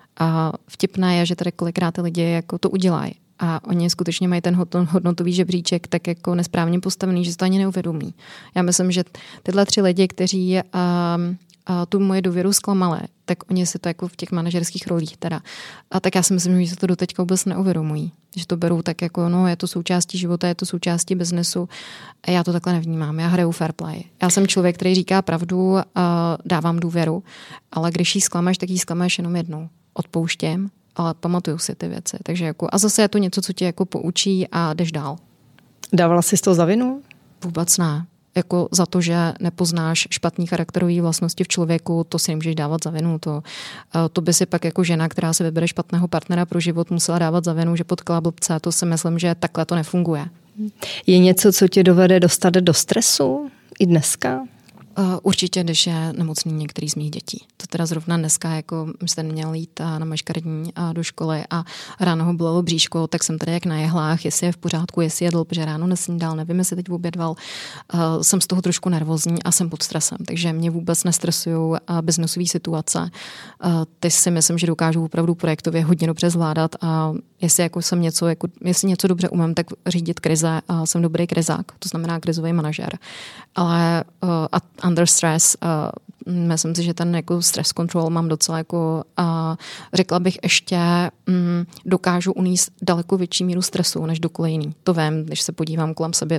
A vtipné je, že tady kolikrát ty lidi jako to udělají. A oni skutečně mají ten hodnotový žebříček tak jako nesprávně postavený, že se to ani neuvědomí. Já myslím, že tyhle tři lidi, kteří uh, a tu moje důvěru zklamali, tak oni si to jako v těch manažerských rolích teda. A tak já si myslím, že se to doteďka vůbec neuvědomují. Že to berou tak jako, no, je to součástí života, je to součástí biznesu. A já to takhle nevnímám. Já hraju fair play. Já jsem člověk, který říká pravdu a dávám důvěru, ale když jí zklameš, tak jí zklameš jenom jednou. Odpouštěm, ale pamatuju si ty věci. Takže jako, a zase je to něco, co tě jako poučí a jdeš dál. Dávala jsi to za vinu? Vůbec ne. Jako za to, že nepoznáš špatný charakterový vlastnosti v člověku, to si nemůžeš dávat za vinu. To, to by si pak jako žena, která se vybere špatného partnera pro život, musela dávat za vinu, že potkala blbce. To si myslím, že takhle to nefunguje. Je něco, co tě dovede dostat do stresu i dneska? Uh, určitě, když je nemocný některý z mých dětí. To teda zrovna dneska, jako jsem měl jít na maškarní do školy a ráno ho bolelo bříško, tak jsem tady jak na jehlách, jestli je v pořádku, jestli jedl, protože ráno nesnídal, nevím, jestli teď obědval. Uh, jsem z toho trošku nervózní a jsem pod stresem, takže mě vůbec nestresují uh, biznesové situace. Uh, ty si myslím, že dokážu opravdu projektově hodně dobře zvládat a jestli jako jsem něco, jako, jestli něco dobře umím, tak řídit krize a jsem dobrý krizák, to znamená krizový manažer. Ale uh, a under stress, uh, myslím si, že ten jako stress control mám docela jako, uh, řekla bych ještě, um, dokážu unést daleko větší míru stresu než kdokoliv jiný. To vím, když se podívám kolem sebe,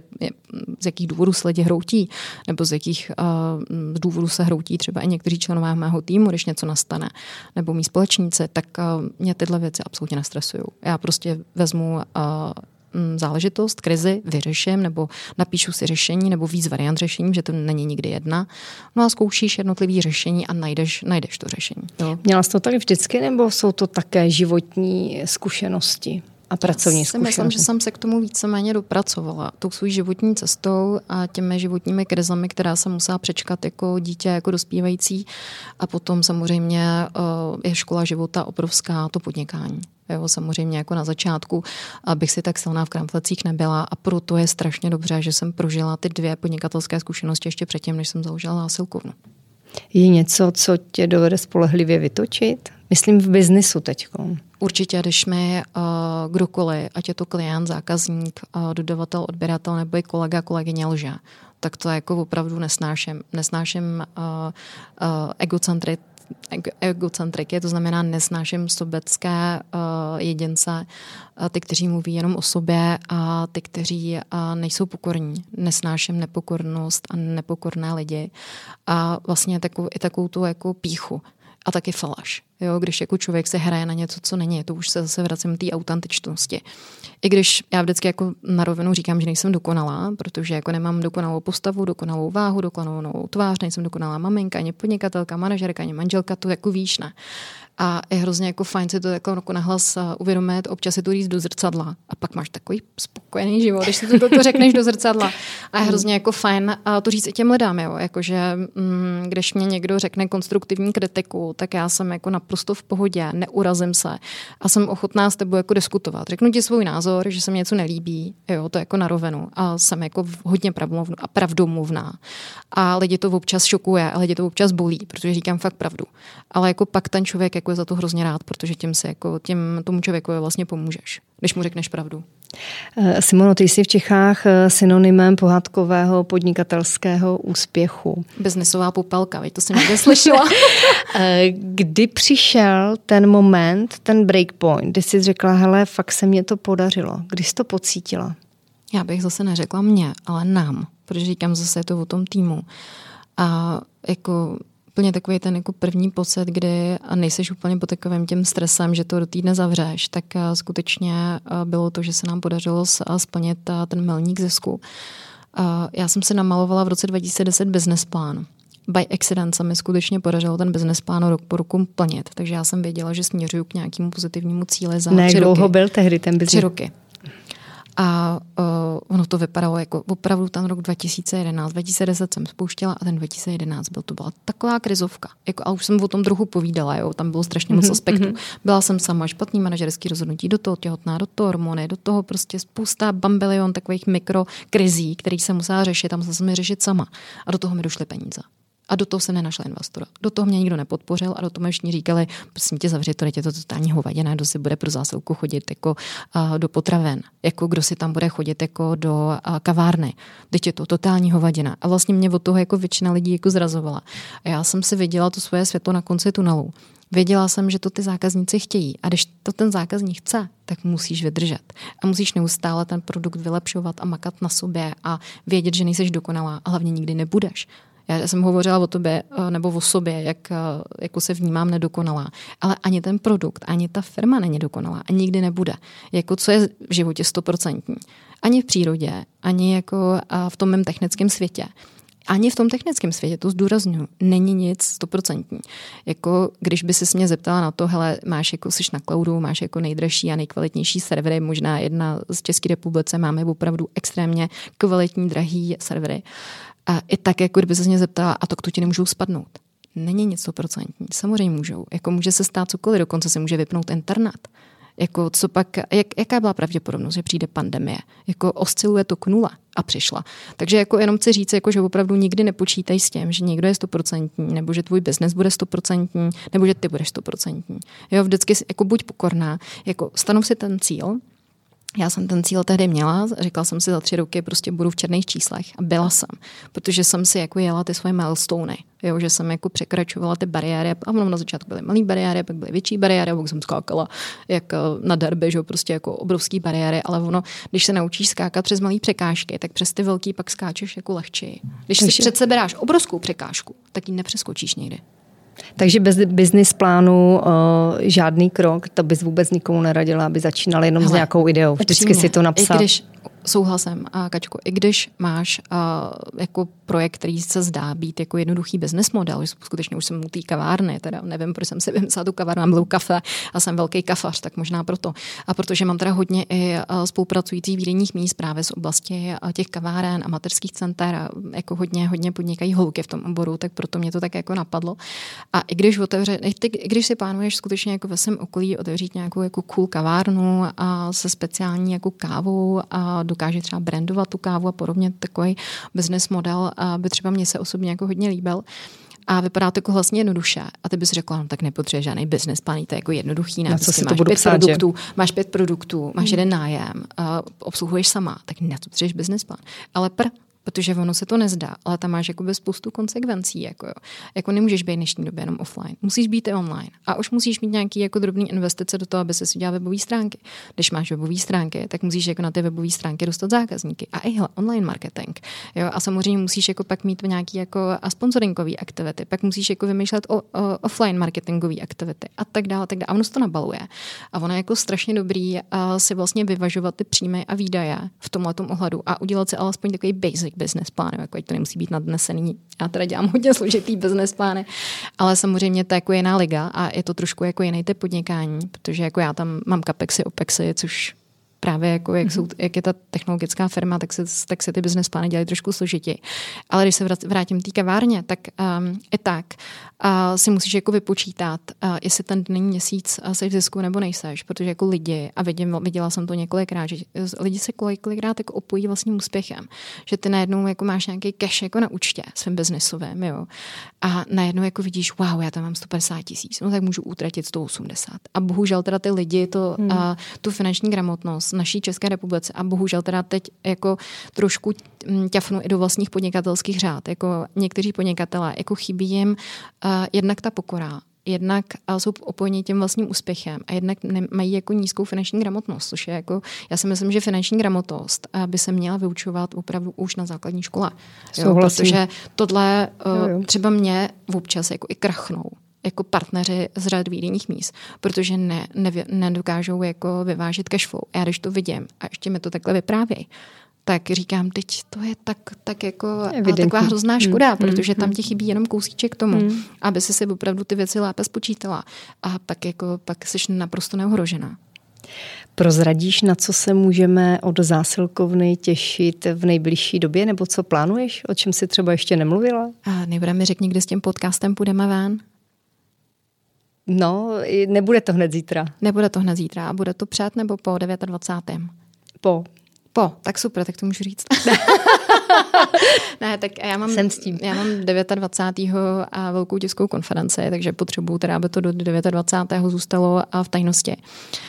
z jakých důvodů se lidi hroutí, nebo z jakých uh, důvodů se hroutí třeba i někteří členové mého týmu, když něco nastane, nebo mý společníci, tak uh, mě tyhle věci absolutně nestresují. Já prostě vezmu uh, záležitost, krizi, vyřeším, nebo napíšu si řešení, nebo víc variant řešení, že to není nikdy jedna. No a zkoušíš jednotlivý řešení a najdeš, najdeš to řešení. Jo. Měla jsi to tak vždycky, nebo jsou to také životní zkušenosti a pracovní zkušenosti? Myslím, že jsem se k tomu víceméně dopracovala. Tou svou životní cestou a těmi životními krizami, která jsem musela přečkat jako dítě, jako dospívající. A potom samozřejmě je škola života obrovská, to podnikání. Jo, samozřejmě jako na začátku, abych si tak silná v kramflecích nebyla a proto je strašně dobře, že jsem prožila ty dvě podnikatelské zkušenosti ještě předtím, než jsem založila zásilkovnu. Je něco, co tě dovede spolehlivě vytočit? Myslím v biznisu teďko. Určitě, když mi uh, kdokoliv, ať je to klient, zákazník, uh, dodavatel, odběratel nebo i kolega, kolegyně lže, tak to jako opravdu nesnáším. Nesnáším uh, uh, egocentrit, egocentriky, to znamená nesnáším sobecké uh, jedince, uh, ty, kteří mluví jenom o sobě a ty, kteří uh, nejsou pokorní. Nesnáším nepokornost a nepokorné lidi a vlastně takovou, i takovou tu jako pýchu a taky falaš. Jo, když jako člověk se hraje na něco, co není, to už se zase vracím té autentičnosti. I když já vždycky jako na rovinu říkám, že nejsem dokonalá, protože jako nemám dokonalou postavu, dokonalou váhu, dokonalou tvář, nejsem dokonalá maminka, ani podnikatelka, manažerka, ani manželka, to jako víš, ne. A je hrozně jako fajn si to jako nahlas uvědomit, občas si to říct do zrcadla a pak máš takový spokojený život, když si to, to řekneš do zrcadla. A je hrozně jako fajn a to říct i těm lidem, jo, jakože mm, když mě někdo řekne konstruktivní kritiku, tak já jsem jako naprosto v pohodě, neurazím se a jsem ochotná s tebou jako diskutovat. Řeknu ti svůj názor, že se mi něco nelíbí, jo, to jako na rovinu a jsem jako hodně pravdomluvná a pravdomluvná. A lidi to občas šokuje a lidi to občas bolí, protože říkám fakt pravdu. Ale jako pak ten člověk jako je za to hrozně rád, protože tím se jako tím tomu člověku vlastně pomůžeš, když mu řekneš pravdu. Simono, ty jsi v Čechách synonymem pohádkového podnikatelského úspěchu. Biznesová popelka, veď to jsem někde slyšela. Kdy přišel ten moment, ten breakpoint, kdy jsi řekla, hele, fakt se mě to podařilo. Kdy jsi to pocítila? Já bych zase neřekla mě, ale nám, protože říkám, zase je to o tom týmu. A jako úplně takový ten jako první pocit, kdy nejseš úplně pod takovým tím stresem, že to do týdne zavřeš, tak skutečně bylo to, že se nám podařilo splnit ten milník zisku. Já jsem si namalovala v roce dva tisíce deset business plán, by accident se mi skutečně podařilo ten business plán rok po roku plnit, takže já jsem věděla, že směřuju k nějakému pozitivnímu cíli za ne, tři roky. dlouho byl tehdy ten business? Tři roky. A uh, ono to vypadalo jako opravdu ten rok dva tisíce jedenáct, dva tisíce deset jsem spouštěla a ten dva tisíce jedenáct byl, to byla taková krizovka. Jako, a už jsem o tom trochu povídala, jo, tam bylo strašně moc aspektů. Mm-hmm. Byla jsem sama, špatný manažerský rozhodnutí, do toho těhotná, do toho hormony, do toho prostě spousta bambilion takových mikrokrizí, kterých jsem musela řešit a musela jsem je řešit sama. A do toho mi došly peníze. A do toho se nenašla investora. Do toho mě nikdo nepodpořil a do toho mi všichni říkali, prosím tě zavři to, je to totální hovadina, kdo si bude pro zásilku chodit jako uh, do potraven, jako kdo si tam bude chodit jako do uh, kavárny. Teď je to totální hovadina. A vlastně mě od toho jako většina lidí jako zrazovala. A já jsem si viděla to svoje světlo na konci tunelu. Věděla jsem, že to ty zákazníci chtějí. A když to ten zákazník chce, tak musíš vydržet. A musíš neustále ten produkt vylepšovat a makat na sobě a vědět, že nejseš dokonalá a hlavně nikdy nebudeš. Já jsem hovořila o tobě nebo o sobě, jak jako se vnímám nedokonalá. Ale ani ten produkt, ani ta firma není dokonalá a nikdy nebude. Jako co je v životě stoprocentní. Ani v přírodě, ani jako v tom mém technickém světě. Ani v tom technickém světě, to zdůrazňuji, není nic stoprocentní. Jako když by se mě zeptala na to, hele, máš jako, jsi na cloudu, máš jako nejdražší a nejkvalitnější servery, možná jedna z České republice, máme opravdu extrémně kvalitní, drahý servery. A i tak, jako kdyby se mě zeptala, a to k to ti nemůžou spadnout. Není nic stoprocentní. Samozřejmě můžou. Jako může se stát cokoliv, dokonce se může vypnout internet. Jako co pak, jak, jaká byla pravděpodobnost, že přijde pandemie? Jako osciluje to k nule a přišla. Takže jako jenom chci říct, jako, že opravdu nikdy nepočítaj s tím, že někdo je stoprocentní, nebo že tvůj biznes bude stoprocentní, nebo že ty budeš stoprocentní. Jo, vždycky jako buď pokorná, jako stanov si ten cíl. Já jsem ten cíl tehdy měla, říkala jsem si za tři roky prostě budu v černých číslech a byla jsem, protože jsem si jako jela ty svoje milestony, jo, že jsem jako překračovala ty bariéry a na začátku byly malé bariéry, pak byly větší bariéry, a pak jsem skákala jak na derby, že prostě jako obrovský bariéry, ale ono, když se naučíš skákat přes malé překážky, tak přes ty velký pak skáčeš jako lehčeji. Když si před sebe dáš obrovskou překážku, tak ji nepřeskočíš nikdy. Takže bez business plánu uh, žádný krok, to bys vůbec nikomu neradila, aby začínal jenom Hele, s nějakou ideou. Vždycky upřímně, si to napsat. I když souhlasím, a Kačko, i když máš uh, jako projekt, který se zdá být jako jednoduchý business model, že skutečně už jsem u té kavárny, teda nevím, proč jsem si vymyslela tu kavárnu, mám Blue Cafe a jsem velký kafař, tak možná proto. A protože mám teda hodně i uh, spolupracujících výdejních míst právě z oblasti uh, těch kaváren a mateřských center a jako hodně, hodně podnikají holky v tom oboru, tak proto mě to tak jako napadlo. A i když otevře, i když si plánuješ skutečně jako ve svém okolí otevřít nějakou jako cool kavárnu a se speciální jako kávou a dokáže třeba brandovat tu kávu a podobně, takový business model by třeba mně se osobně jako hodně líbil. A vypadá to jako vlastně jednoduše. A ty bys řekla, no tak nepotřebuje žádný business plán, to je jako jednoduchý. Ne? Co si máš, to pět psát, produktů, máš pět produktů, máš hmm. jeden nájem, uh, obsluhuješ sama, tak nepotřebuješ business plán. Ale pr, protože ono se to nezdá, ale tam máš jakoby spoustu konsekvencí. Jako, jo. Jako nemůžeš být v dnešní době jenom offline. Musíš být i online. A už musíš mít nějaký jako drobný investice do toho, aby se si udělal webové stránky. Když máš webové stránky, tak musíš jako na ty webové stránky dostat zákazníky. A i hele, online marketing. Jo? A samozřejmě musíš jako pak mít nějaký jako sponsoringové aktivity. Pak musíš jako vymýšlet o, o, offline marketingové aktivity a tak dále, tak dále. A ono se to nabaluje. A ono je jako strašně dobrý a si vlastně vyvažovat ty příjmy a výdaje v tomhletom ohledu a udělat si alespoň takový basic business plán, jako to nemusí být nadnesený. Já teda dělám hodně složitý business plány, ale samozřejmě to je jako jiná liga a je to trošku jako jiný typ podnikání, protože jako já tam mám capexy, opexy, což právě jako jak, jsou, jak je ta technologická firma, tak se, tak se ty business plány dělají trošku složitěji. Ale když se vrátím k té kavárně, tak um, i tak uh, si musíš jako vypočítat, uh, jestli ten denní měsíc uh, seš v zisku nebo nejseš, protože jako lidi, a viděla, viděla jsem to několikrát, že lidi se kolikrát jako opojí vlastním úspěchem, že ty najednou jako máš nějaký cash jako na účtě svým biznesovým, jo. A najednou jako vidíš, wow, já tam mám sto padesát tisíc, no tak můžu utratit sto osmdesát. A bohužel teda ty lidi to, hmm. uh, tu finanční gramotnost naší České republice a bohužel teda teď jako trošku ťafnu i do vlastních podnikatelských řád. Jako někteří podnikatelé, jako chybí jim uh, jednak ta pokora, jednak uh, jsou opojeni tím vlastním úspěchem a jednak mají jako nízkou finanční gramotnost, což je jako, já si myslím, že finanční gramotnost uh, by se měla vyučovat opravdu už na základní škole. Jo, protože tohle uh, jo, jo. třeba mě občas jako i krachnou jako partneři z řad výdejních míst, protože ne, ne, nedokážou jako vyvážit cash flow. Já když to vidím a ještě mi to takhle vyprávějí, tak říkám, teď to je tak, tak jako taková hrozná škoda, hmm. protože tam ti chybí jenom kousíček k tomu, hmm. aby si si opravdu ty věci lépe spočítala. A pak, jako, pak jsi naprosto neohrožená. Prozradíš, na co se můžeme od zásilkovny těšit v nejbližší době, nebo co plánuješ, o čem jsi třeba ještě nemluvila? A Nejvra mi řekni, kdy s tím podcastem půjdeme ven? No, nebude to hned zítra. Nebude to hned zítra. A bude to před nebo po dvacátého devátého? Po. Po, tak super, tak to můžu říct. Ne, tak já mám, Jsem s tím. Já mám dvacátého devátého a velkou tiskovou konferenci, takže potřebuju teda, aby to do dvacátého devátého zůstalo v tajnosti.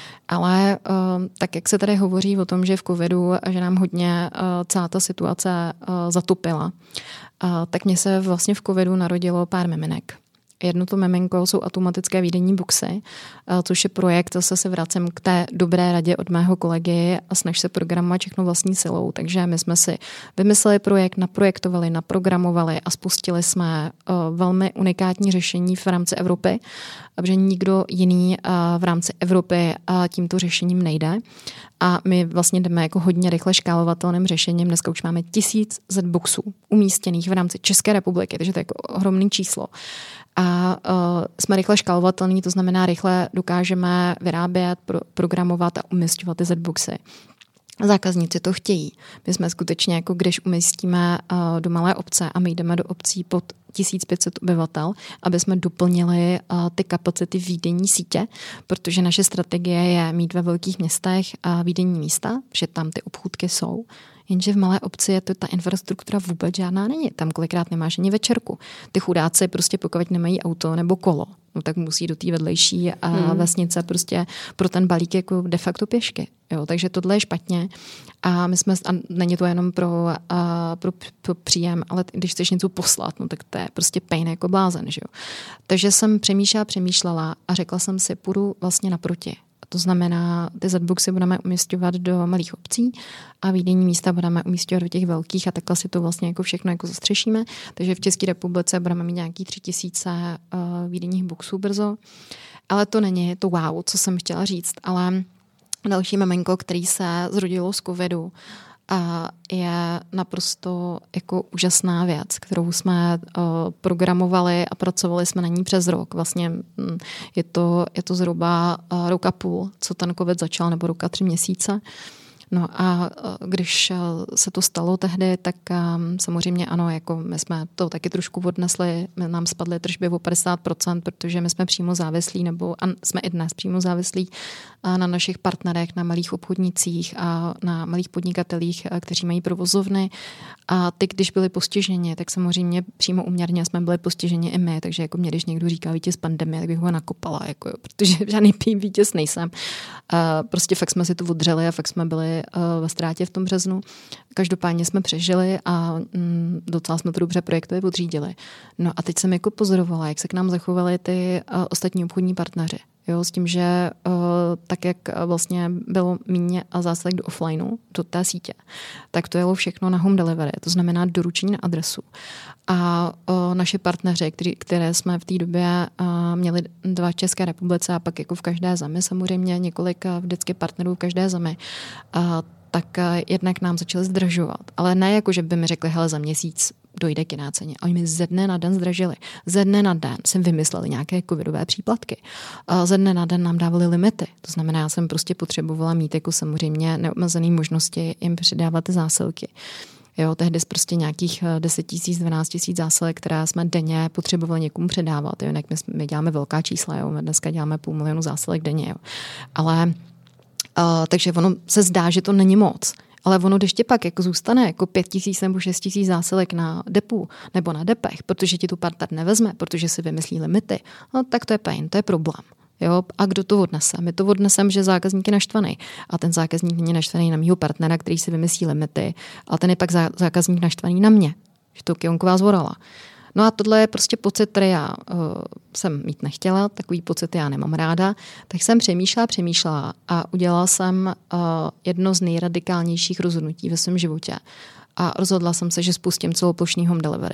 Ale tak, jak se tady hovoří o tom, že v covidu, že nám hodně celá ta situace zatopila, tak mně se vlastně v covidu narodilo pár miminek. Jedno to miminko jsou automatické výdejní boxy, což je projekt, zase se vracím k té dobré radě od mého kolegy a snaž se programovat všechno vlastní silou. Takže my jsme si vymysleli projekt, naprojektovali, naprogramovali a spustili jsme velmi unikátní řešení v rámci Evropy, protože nikdo jiný v rámci Evropy tímto řešením nejde. A my vlastně jdeme jako hodně rychle škálovatelným řešením. Dneska už máme tisíc Z-boxů umístěných v rámci České republiky, takže to je jako ohromný číslo. A uh, jsme rychle škálovatelní, to znamená, rychle dokážeme vyrábět, pro, programovat a umísťovat ty Z-boxy. Zákazníci to chtějí. My jsme skutečně, jako když umístíme uh, do malé obce a my jdeme do obcí pod tisíc pět set obyvatel, aby jsme doplnili uh, ty kapacity výdejní sítě, protože naše strategie je mít ve velkých městech uh, výdejní místa, že tam ty obchůdky jsou. Jenže v malé obci je to ta infrastruktura vůbec žádná není. Tam kolikrát nemáš ani večerku. Ty chudáci prostě pokud nemají auto nebo kolo, no tak musí do té vedlejší a hmm. vesnice prostě pro ten balík jako de facto pěšky. Jo, takže tohle je špatně a my jsme, a není to jenom pro, a, pro, pro příjem, ale když chceš něco poslat, no tak to je prostě pain jako blázen, že jo. Takže jsem přemýšlela, přemýšlela a řekla jsem si, půjdu vlastně naproti. To znamená, ty Z-boxy budeme umísťovat do malých obcí a výdejní místa budeme umísťovat do těch velkých a takhle si to vlastně jako všechno jako zastřešíme. Takže v České republice budeme mít nějaký tři tisíce uh, výdejních boxů brzo. Ale to není to wow, co jsem chtěla říct. Ale další miminko, který se zrodilo z covidu, a je naprosto jako úžasná věc, kterou jsme uh, programovali a pracovali jsme na ní přes rok. Vlastně mm, je to, je to zhruba uh, rok a půl, co ten covid začal, nebo roka tři měsíce. No a když se to stalo tehdy, tak um, samozřejmě ano, jako my jsme to taky trošku odnesli, nám spadly tržby o padesát procent, protože my jsme přímo závislí, nebo a jsme i dnes přímo závislí na našich partnerech, na malých obchodnicích a na malých podnikatelích, kteří mají provozovny. A ty, když byli postiženi, tak samozřejmě přímo uměrně jsme byli postiženi i my, takže jako mě, když někdo říká vítěz pandemie, tak bych ho nakopala, jako, protože žádný vítěz nejsem. Uh, prostě fakt jsme si to odřeli a fakt jsme byli ve ztrátě v tom březnu. Každopádně jsme přežili a mm, docela jsme to dobře projektově podřídili. No a teď jsem jako pozorovala, jak se k nám zachovali ty uh, ostatní obchodní partneři. Jo, s tím, že uh, tak, jak vlastně bylo míně a zásilek do offlineu, do té sítě, tak to jelo všechno na home delivery, to znamená doručení na adresu. A uh, naše partneři, který, které jsme v té době uh, měli dva v České republice a pak jako v každé zemi, samozřejmě několik uh, vždycky partnerů v každé zemi, uh, tak uh, jednak nám začali zdražovat. Ale ne jako, že by mi řekli, hele, za měsíc dojde k jiné ceně. Oni mi ze dne na den zdražili. Ze dne na den jsem vymysleli nějaké covidové příplatky. A ze dne na den nám dávali limity. To znamená, já jsem prostě potřebovala mít jako samozřejmě neomezené možnosti jim přidávat zásilky. Jo, tehdy prostě nějakých deset tisíc, dvanáct tisíc zásilek, které jsme denně potřebovali někomu předávat. Jo, jinak my, my děláme velká čísla, jo, my dneska děláme půl milionu zásilek denně. Jo. Ale uh, takže ono se zdá, že to není moc. Ale ono, když ti pak jako zůstane jako pět tisíc nebo šest tisíc zásilek na depu nebo na depech, protože ti tu partner nevezme, protože si vymyslí limity, no, tak to je pain, to je problém. Jo? A kdo to odnese? My to odneseme, že zákazník je naštvaný. A ten zákazník není naštvaný na mýho partnera, který si vymyslí limity, ale ten je pak zákazník naštvaný na mě, že to Kionková zvorala. No a tohle je prostě pocit, který já uh, jsem mít nechtěla, takový pocit já nemám ráda, tak jsem přemýšlela, přemýšlela a udělala jsem uh, jedno z nejradikálnějších rozhodnutí ve svém životě. A rozhodla jsem se, že spustím celoplošný home delivery.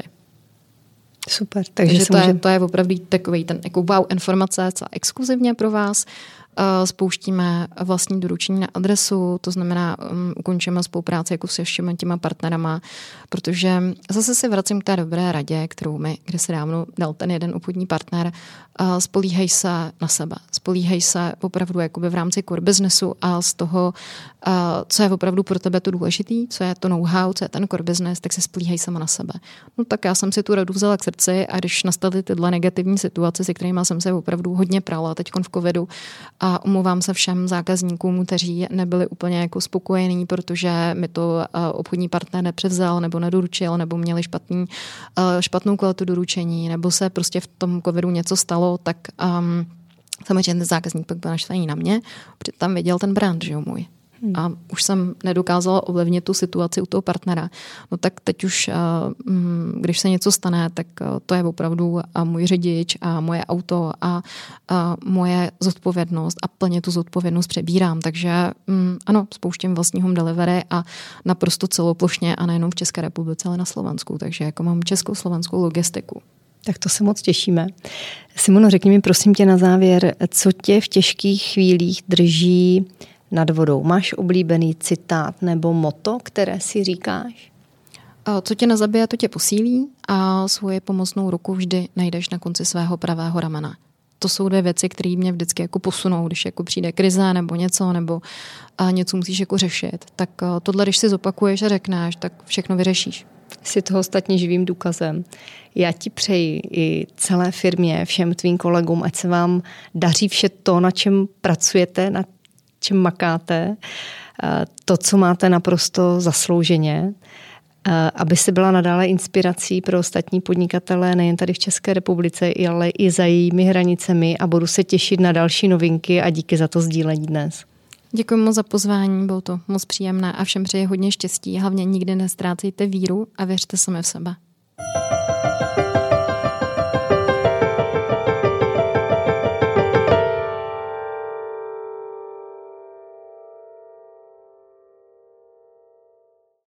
Super. Takže, takže to, může... je, to je opravdu takový ten jako wow informace, co exkluzivně pro vás. spouštíme vlastní doručení na adresu, to znamená um, ukončíme spolupráci jako se všemi těma partnerama, protože zase se vracím k té dobré radě, kterou mi kdysi dávno dal ten jeden obchodní partner, uh, spolíhej se na sebe, spolíhej se opravdu jakoby v rámci core businessu a z toho, uh, co je opravdu pro tebe to důležitý, co je to know-how, co je ten core business, tak se spolíhej sama na sebe. No tak já jsem si tu radu vzala k srdci a když nastaly tyhle negativní situace, se kterými jsem se opravdu hodně prala teď v covidu a omlouvám se všem zákazníkům, kteří nebyli úplně jako spokojení, protože mi to obchodní partner nepřevzal nebo nedoručil, nebo měli špatný, špatnou kvalitu doručení, nebo se prostě v tom covidu něco stalo, tak um, samozřejmě ten zákazník pak byl naštvaný na mě, protože tam viděl ten brand, že jo, můj. A už jsem nedokázala ovlivnit tu situaci u toho partnera. No tak teď už, když se něco stane, tak to je opravdu můj řidič a moje auto a, a moje zodpovědnost a plně tu zodpovědnost přebírám. Takže ano, spouštím vlastní home delivery a naprosto celoplošně a nejenom v České republice, ale na Slovensku. Takže jako mám českou slovenskou logistiku. Tak to se moc těšíme. Simono, řekni mi prosím tě na závěr, co tě v těžkých chvílích drží nad vodou? Máš oblíbený citát nebo motto, které si říkáš? Co tě nezabije, to tě posílí a svoji pomocnou ruku vždy najdeš na konci svého pravého ramena. To jsou dvě věci, které mě vždycky jako posunou, když jako přijde krize nebo něco, nebo něco musíš jako řešit. Tak tohle, když si zopakuješ a řekneš, tak všechno vyřešíš. Jsi toho ostatně živým důkazem. Já ti přeji i celé firmě, všem tvým kolegům, ať se vám daří vše to, na čem pracujete, na čem makáte, to, co máte naprosto zaslouženě, aby se byla nadále inspirací pro ostatní podnikatele, nejen tady v České republice, ale i za jejími hranicemi a budu se těšit na další novinky a díky za to sdílení dnes. Děkuji moc za pozvání, bylo to moc příjemné a všem přeji hodně štěstí. Hlavně nikdy neztrácejte víru a věřte sami v sebe.